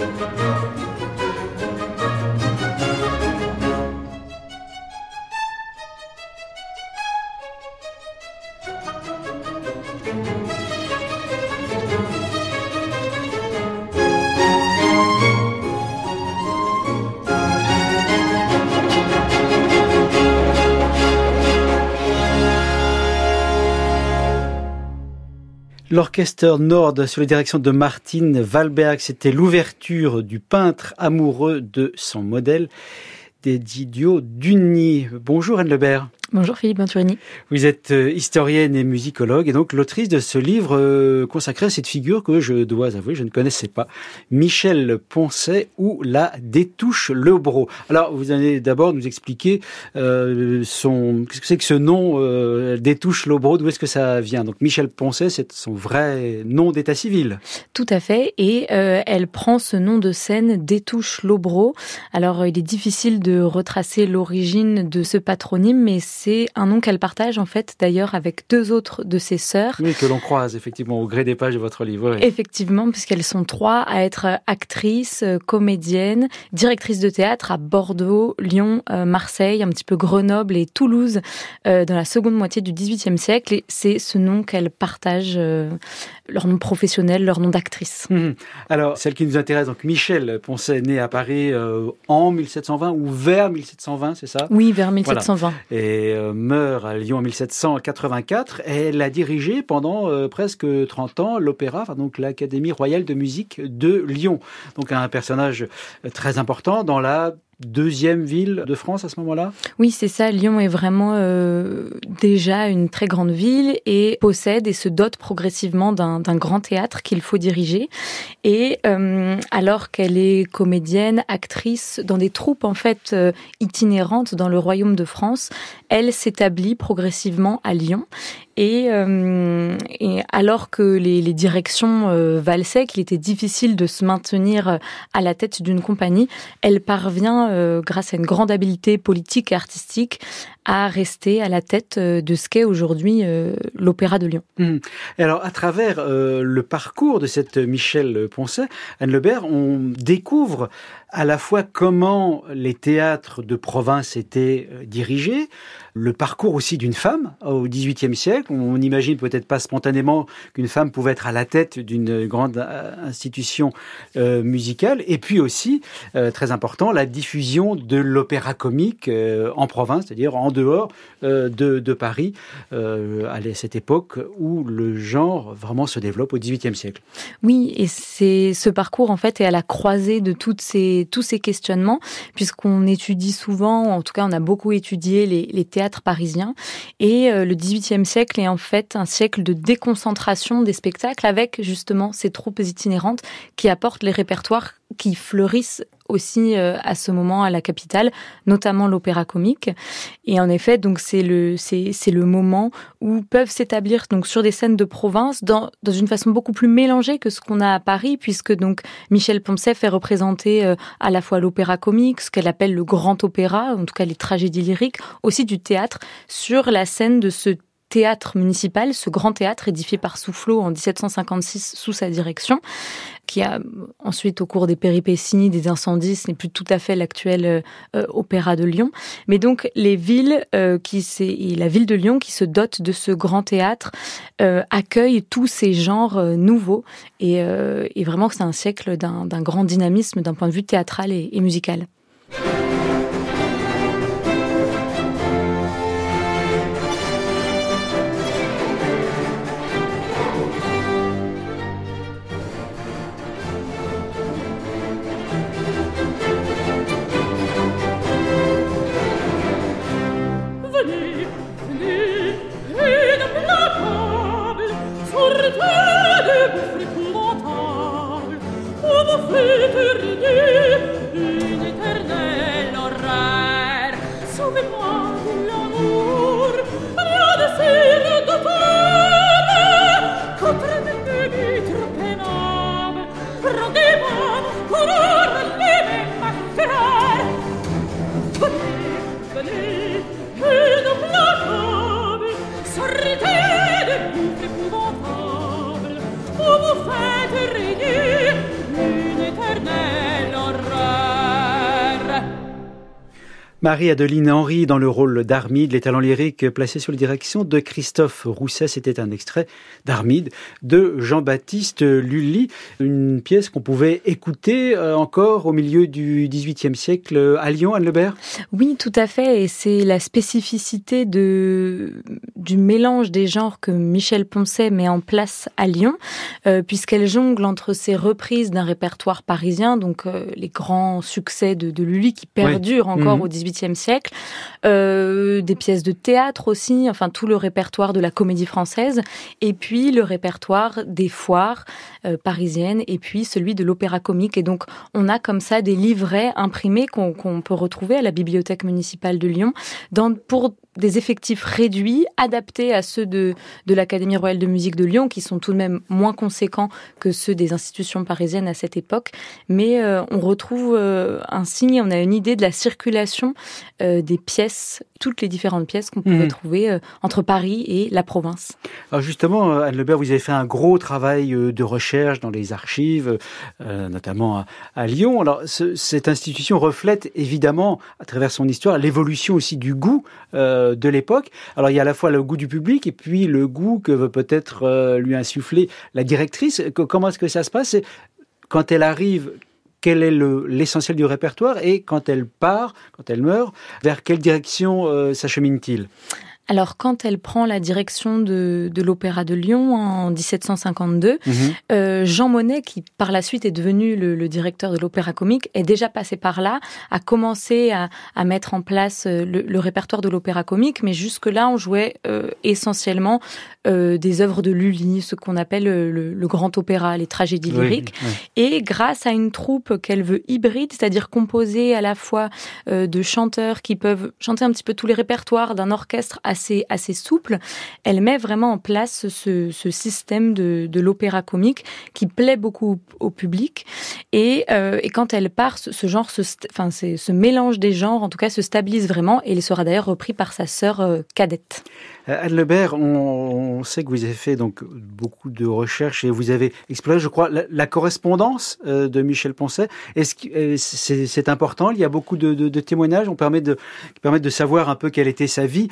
L'orchestre Nord sous la direction de Martine Wahlberg, c'était l'ouverture du peintre amoureux de son modèle, d'Egidio Dugni. Bonjour Anne Lebert. Bonjour Philippe Venturini. Vous êtes historienne et musicologue et donc l'autrice de ce livre consacré à cette figure que je dois avouer, je ne connaissais pas. Michel Poncet ou la Détouche-Lobreau. Alors vous allez d'abord nous expliquer qu'est-ce que c'est que ce nom Détouche-Lobreau, d'où est-ce que ça vient? Donc Michel Poncet, c'est son vrai nom d'état civil. Tout à fait, et elle prend ce nom de scène Détouche-Lobreau. Alors il est difficile de retracer l'origine de ce patronyme, mais c'est un nom qu'elle partage en fait d'ailleurs avec deux autres de ses sœurs. Oui, que l'on croise effectivement au gré des pages de votre livre. Oui. Effectivement, puisqu'elles sont trois à être actrices, comédiennes, directrices de théâtre à Bordeaux, Lyon, Marseille, un petit peu Grenoble et Toulouse dans la seconde moitié du XVIIIe siècle. Et c'est ce nom qu'elles partagent, leur nom professionnel, leur nom d'actrice. Alors, celle qui nous intéresse, donc Michel Poncet, né à Paris en 1720 ou vers 1720, c'est ça? Oui, vers 1720. Voilà. Et meurt à Lyon en 1784. Et elle a dirigé pendant presque 30 ans l'opéra, donc l'Académie royale de musique de Lyon. Donc un personnage très important dans la deuxième ville de France à ce moment-là? Oui, c'est ça. Lyon est vraiment déjà une très grande ville et possède et se dote progressivement d'un grand théâtre qu'il faut diriger. Et alors qu'elle est comédienne, actrice dans des troupes en fait itinérantes dans le royaume de France, elle s'établit progressivement à Lyon. Et alors que les directions valsaient, qu'il était difficile de se maintenir à la tête d'une compagnie, elle parvient, grâce à une grande habileté politique et artistique, à rester à la tête de ce qu'est aujourd'hui l'Opéra de Lyon. Alors, à travers le parcours de cette Michel Poncet, Anne Lebert, on découvre à la fois comment les théâtres de province étaient dirigés, le parcours aussi d'une femme au XVIIIe siècle. On n'imagine peut-être pas spontanément qu'une femme pouvait être à la tête d'une grande institution musicale. Et puis aussi, très important, la diffusion de l'opéra comique en province, c'est-à-dire en dehors de Paris, à cette époque où le genre vraiment se développe au XVIIIe siècle. Oui, et ce parcours en fait est à la croisée de tous ces questionnements, puisqu'on étudie souvent, en tout cas on a beaucoup étudié les théâtres parisiens, et le XVIIIe siècle est en fait un siècle de déconcentration des spectacles avec justement ces troupes itinérantes qui apportent les répertoires qui fleurissent aussi à ce moment à la capitale, notamment l'opéra comique. Et en effet, donc c'est le moment où peuvent s'établir donc sur des scènes de province dans une façon beaucoup plus mélangée que ce qu'on a à Paris, puisque donc Michel Poncet fait représenter à la fois l'opéra comique, ce qu'elle appelle le grand opéra, en tout cas les tragédies lyriques, aussi du théâtre sur la scène de ce théâtre municipal, ce grand théâtre édifié par Soufflot en 1756 sous sa direction, qui a ensuite, au cours des péripéties, des incendies, ce n'est plus tout à fait l'actuel opéra de Lyon. Mais donc, les villes, et la ville de Lyon, qui se dote de ce grand théâtre, accueillent tous ces genres nouveaux. Et vraiment, c'est un siècle d'un grand dynamisme d'un point de vue théâtral et musical. Une éternelle Marie-Adeline Henry dans le rôle d'Armide, les talents lyriques placés sous la direction de Christophe Rousset. C'était un extrait d'Armide de Jean-Baptiste Lully, une pièce qu'on pouvait écouter encore au milieu du XVIIIe siècle à Lyon, Anne Lebert. Oui, tout à fait, et c'est la spécificité du mélange des genres que Michel Poncet met en place à Lyon, puisqu'elle jongle entre ses reprises d'un répertoire parisien, donc les grands succès de Lully qui perdurent encore au XVIIIe siècle, des pièces de théâtre aussi, enfin tout le répertoire de la comédie française, et puis le répertoire des foires parisiennes, et puis celui de l'opéra comique. Et donc on a comme ça des livrets imprimés qu'on peut retrouver à la bibliothèque municipale de Lyon pour des effectifs réduits, adaptés à ceux de l'Académie royale de musique de Lyon, qui sont tout de même moins conséquents que ceux des institutions parisiennes à cette époque. Mais on retrouve un signe, on a une idée de la circulation des pièces, toutes les différentes pièces qu'on pouvait trouver entre Paris et la province. Alors justement, Anne Lebert, vous avez fait un gros travail de recherche dans les archives, notamment à Lyon. Alors cette institution reflète évidemment, à travers son histoire, l'évolution aussi du goût de l'époque. Alors il y a à la fois le goût du public et puis le goût que veut peut-être lui insuffler la directrice. Comment est-ce que ça se passe? Quand elle arrive, quel est l'essentiel du répertoire, et quand elle part, quand elle meurt, vers quelle direction s'achemine-t-il? Alors, quand elle prend la direction de l'Opéra de Lyon en 1752, Jean Monnet, qui par la suite est devenu le directeur de l'Opéra comique, est déjà passé par là, a commencé à mettre en place le répertoire de l'Opéra comique, mais jusque-là, on jouait essentiellement des œuvres de Lully, ce qu'on appelle le grand opéra, les tragédies lyriques. Oui. Et grâce à une troupe qu'elle veut hybride, c'est-à-dire composée à la fois de chanteurs qui peuvent chanter un petit peu tous les répertoires d'un orchestre assez souple, elle met vraiment en place ce système de l'opéra comique qui plaît beaucoup au public. Et quand elle part, ce genre, ce mélange des genres, en tout cas, se stabilise vraiment, et il sera d'ailleurs repris par sa sœur cadette. Anne Lebert, on sait que vous avez fait donc beaucoup de recherches et vous avez exploré, je crois, la correspondance de Michel Poncet. Est-ce que c'est important? Il y a beaucoup de témoignages. On permet de savoir un peu quelle était sa vie.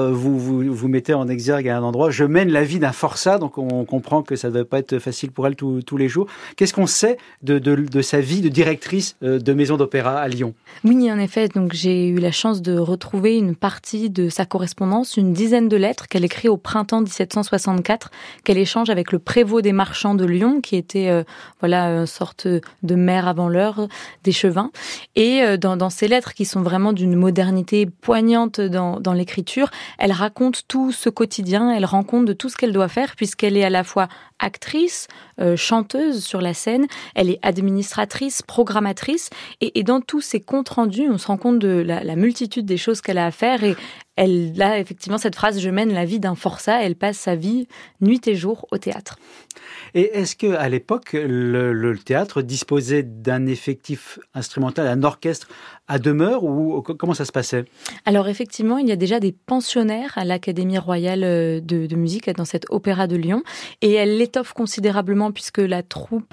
Vous mettez en exergue à un endroit. Je mène la vie d'un forçat, donc on comprend que ça ne devait pas être facile pour elle tous les jours. Qu'est-ce qu'on sait de sa vie de directrice de maison d'opéra à Lyon? Oui, en effet. Donc j'ai eu la chance de retrouver une partie de sa correspondance, une dizaine de lettres qu'elle écrit au printemps 1764, qu'elle échange avec le prévôt des marchands de Lyon, qui était une sorte de maire avant l'heure d'échevin. Et dans ces lettres, qui sont vraiment d'une modernité poignante dans l'écriture, elle raconte tout ce quotidien, elle rend compte de tout ce qu'elle doit faire, puisqu'elle est à la fois actrice, chanteuse sur la scène, elle est administratrice, programmatrice, et dans tous ces comptes rendus, on se rend compte de la multitude des choses qu'elle a à faire, et elle a effectivement cette phrase « Je mène la vie d'un forçat », elle passe sa vie nuit et jour au théâtre. Et est-ce qu'à l'époque, le théâtre disposait d'un effectif instrumental, d'un orchestre à demeure, ou comment ça se passait? Alors effectivement, il y a déjà des pensionnaires à l'Académie royale de musique dans cet opéra de Lyon, et elle l'étoffe considérablement puisque la troupe,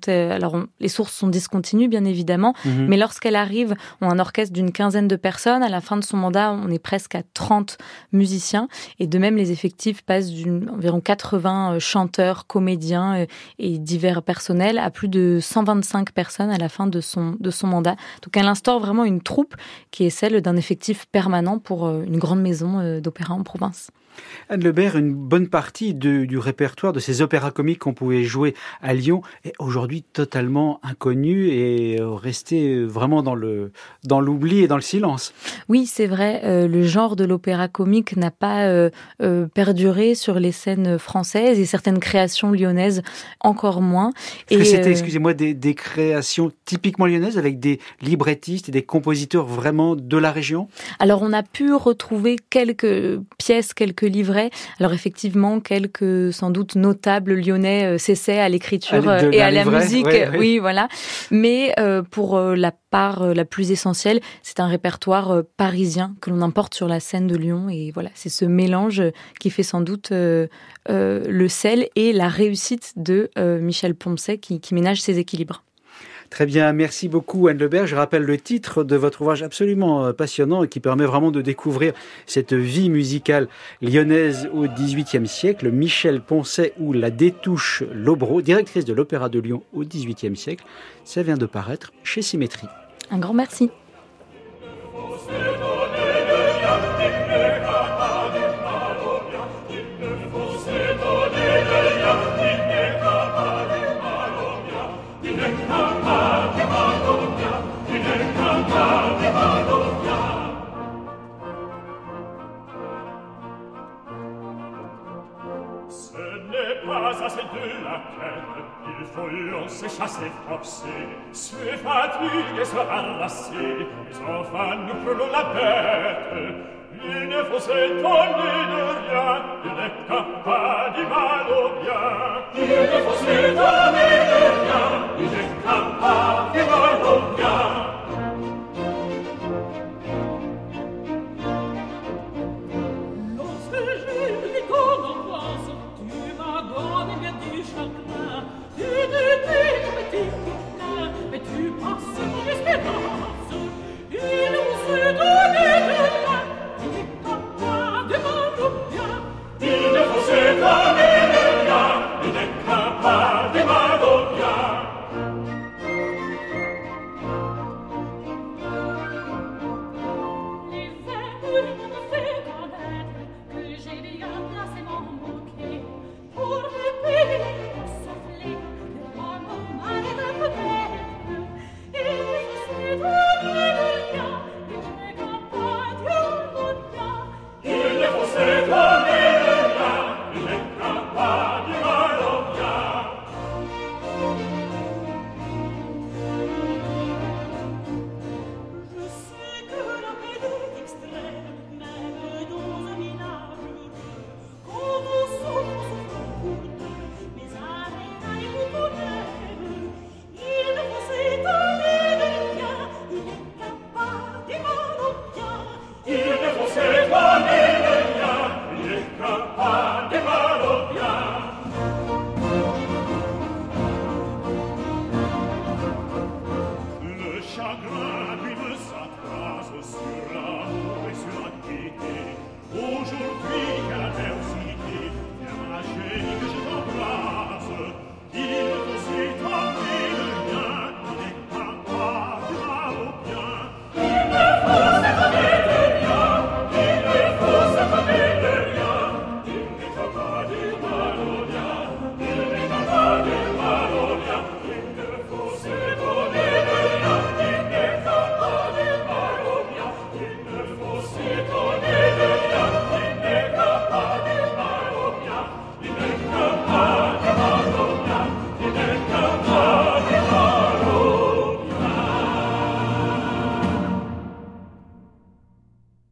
les sources sont discontinues bien évidemment, mais lorsqu'elle arrive, on a un orchestre d'une quinzaine de personnes. À la fin de son mandat, on est presque à 30 musiciens, et de même les effectifs passent d'environ 80 chanteurs, comédiens et divers personnels à plus de 125 personnes à la fin de son mandat. Donc elle instaure vraiment une troupe qui est celle d'un effectif permanent pour une grande maison d'opéra en province. Anne Lebert, une bonne partie du répertoire de ces opéras comiques qu'on pouvait jouer à Lyon est aujourd'hui totalement inconnu et resté vraiment dans l'oubli et dans le silence. Oui, c'est vrai. Le genre de l'opéra comique n'a pas perduré sur les scènes françaises, et certaines créations lyonnaises encore moins. Est-ce que c'était, excusez-moi, des créations typiquement lyonnaises avec des librettistes et des compositeurs vraiment de la région? Alors, on a pu retrouver quelques pièces, quelques livrets. Alors effectivement, quelques sans doute notables lyonnais s'essaient à l'écriture et à la musique. Oui, voilà. Mais pour la part la plus essentielle, c'est un répertoire parisien que l'on importe sur la scène de Lyon. Et voilà, c'est ce mélange qui fait sans doute le sel et la réussite de Michel Poncet qui ménage ses équilibres. Très bien, merci beaucoup Anne Lebert. Je rappelle le titre de votre ouvrage absolument passionnant et qui permet vraiment de découvrir cette vie musicale lyonnaise au XVIIIe siècle. Michel Poncet ou la Détouche Lobreau, directrice de l'Opéra de Lyon au XVIIIe siècle. Ça vient de paraître chez Symétrie. Un grand merci. Il faut lancer, chasser, forcer, se fatiguer, se harrasser, les enfants nous prenons la tête. Il ne faut s'étonner de rien, il n'est capable du mal au bien. Il ne faut s'étonner de rien, il est capable du